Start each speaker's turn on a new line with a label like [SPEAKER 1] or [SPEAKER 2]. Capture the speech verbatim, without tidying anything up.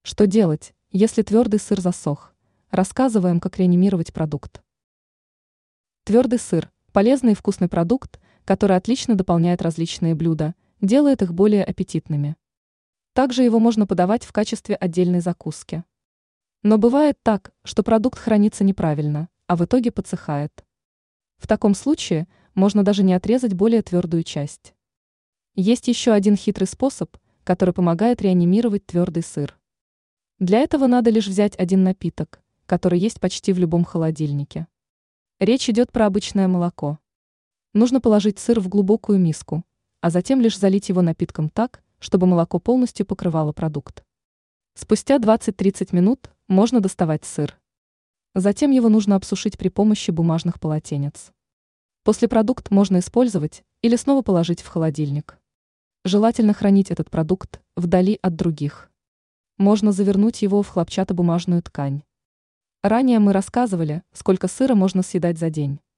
[SPEAKER 1] Что делать, если твердый сыр засох? Рассказываем, как реанимировать продукт. Твердый сыр – полезный и вкусный продукт, который отлично дополняет различные блюда, делает их более аппетитными. Также его можно подавать в качестве отдельной закуски. Но бывает так, что продукт хранится неправильно, а в итоге подсыхает. В таком случае можно даже не отрезать более твердую часть. Есть еще один хитрый способ, который помогает реанимировать твердый сыр. Для этого надо лишь взять один напиток, который есть почти в любом холодильнике. Речь идет про обычное молоко. Нужно положить сыр в глубокую миску, а затем лишь залить его напитком так, чтобы молоко полностью покрывало продукт. Спустя двадцать-тридцать минут можно доставать сыр. Затем его нужно обсушить при помощи бумажных полотенец. После продукт можно использовать или снова положить в холодильник. Желательно хранить этот продукт вдали от других. Можно завернуть его в хлопчатобумажную ткань. Ранее мы рассказывали, сколько сыра можно съедать за день.